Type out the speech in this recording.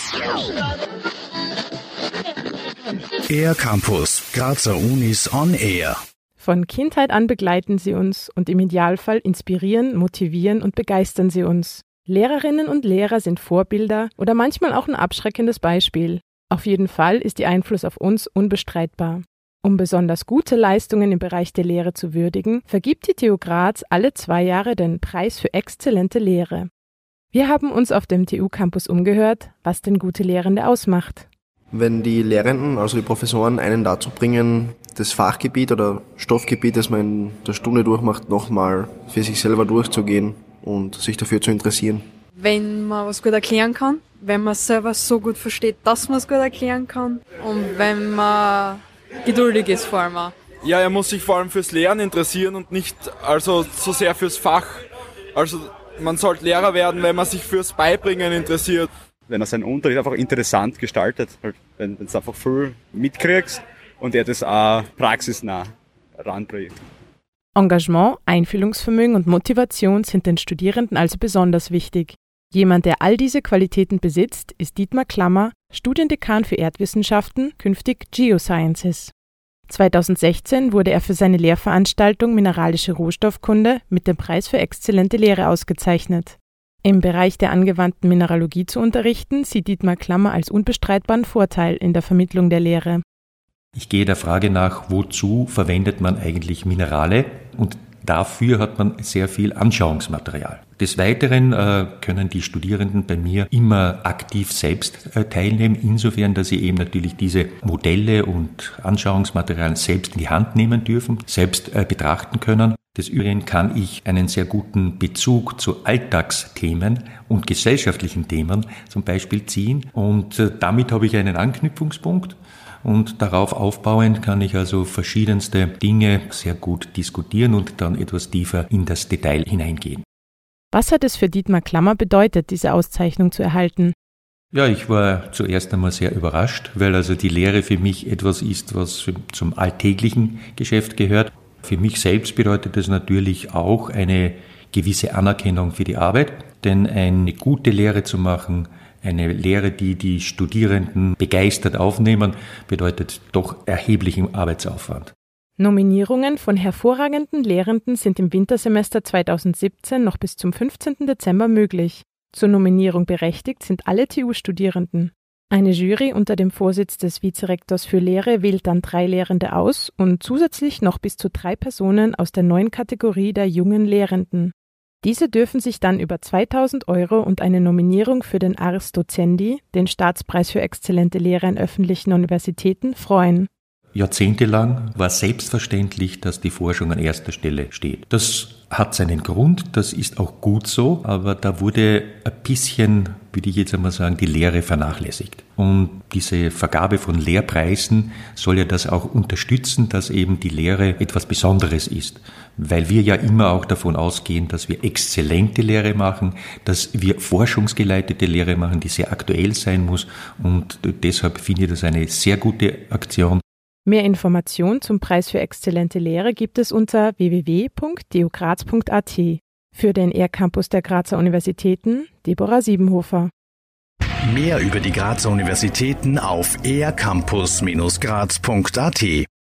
ER Campus, Grazer Unis on Air. Von Kindheit an begleiten sie uns und im Idealfall inspirieren, motivieren und begeistern sie uns. Lehrerinnen und Lehrer sind Vorbilder oder manchmal auch ein abschreckendes Beispiel. Auf jeden Fall ist ihr Einfluss auf uns unbestreitbar. Um besonders gute Leistungen im Bereich der Lehre zu würdigen, vergibt die TU Graz alle 2 Jahre den Preis für exzellente Lehre. Wir haben uns auf dem TU-Campus umgehört, was denn gute Lehrende ausmacht. Wenn die Lehrenden, also die Professoren, einen dazu bringen, das Fachgebiet oder Stoffgebiet, das man in der Stunde durchmacht, nochmal für sich selber durchzugehen und sich dafür zu interessieren. Wenn man was gut erklären kann, wenn man selber so gut versteht, dass man es gut erklären kann und wenn man geduldig ist vor allem auch. Ja, er muss sich vor allem fürs Lernen interessieren und nicht also so sehr fürs Fach. Also man sollte Lehrer werden, wenn man sich fürs Beibringen interessiert. Wenn er seinen Unterricht einfach interessant gestaltet, wenn du einfach viel mitkriegst und er das auch praxisnah ranbringt. Engagement, Einfühlungsvermögen und Motivation sind den Studierenden also besonders wichtig. Jemand, der all diese Qualitäten besitzt, ist Dietmar Klammer, Studiendekan für Erdwissenschaften, künftig Geosciences. 2016 wurde er für seine Lehrveranstaltung Mineralische Rohstoffkunde mit dem Preis für exzellente Lehre ausgezeichnet. Im Bereich der angewandten Mineralogie zu unterrichten, sieht Dietmar Klammer als unbestreitbaren Vorteil in der Vermittlung der Lehre. Ich gehe der Frage nach, wozu verwendet man eigentlich Minerale, und dafür hat man sehr viel Anschauungsmaterial. Des Weiteren können die Studierenden bei mir immer aktiv selbst teilnehmen, insofern, dass sie eben natürlich diese Modelle und Anschauungsmaterialien selbst in die Hand nehmen dürfen, selbst betrachten können. Des Übrigen kann ich einen sehr guten Bezug zu Alltagsthemen und gesellschaftlichen Themen zum Beispiel ziehen, und damit habe ich einen Anknüpfungspunkt. Und darauf aufbauend kann ich also verschiedenste Dinge sehr gut diskutieren und dann etwas tiefer in das Detail hineingehen. Was hat es für Dietmar Klammer bedeutet, diese Auszeichnung zu erhalten? Ja, ich war zuerst einmal sehr überrascht, weil also die Lehre für mich etwas ist, was zum alltäglichen Geschäft gehört. Für mich selbst bedeutet es natürlich auch eine gewisse Anerkennung für die Arbeit, denn eine gute Lehre zu machen, eine Lehre, die die Studierenden begeistert aufnehmen, bedeutet doch erheblichen Arbeitsaufwand. Nominierungen von hervorragenden Lehrenden sind im Wintersemester 2017 noch bis zum 15. Dezember möglich. Zur Nominierung berechtigt sind alle TU-Studierenden. Eine Jury unter dem Vorsitz des Vizerektors für Lehre wählt dann 3 Lehrende aus und zusätzlich noch bis zu 3 Personen aus der neuen Kategorie der jungen Lehrenden. Diese dürfen sich dann über 2.000 € und eine Nominierung für den Ars Docendi, den Staatspreis für exzellente Lehre an öffentlichen Universitäten, freuen. Jahrzehntelang war selbstverständlich, dass die Forschung an erster Stelle steht. Das hat seinen Grund, das ist auch gut so, aber da wurde ein bisschen, würde ich jetzt einmal sagen, die Lehre vernachlässigt. Und diese Vergabe von Lehrpreisen soll ja das auch unterstützen, dass eben die Lehre etwas Besonderes ist. Weil wir ja immer auch davon ausgehen, dass wir exzellente Lehre machen, dass wir forschungsgeleitete Lehre machen, die sehr aktuell sein muss. Und deshalb finde ich das eine sehr gute Aktion. Mehr Informationen zum Preis für exzellente Lehre gibt es unter www.dugraz.at. Für den ER Campus der Grazer Universitäten, Deborah Siebenhofer. Mehr über die Grazer Universitäten auf ercampus-graz.at.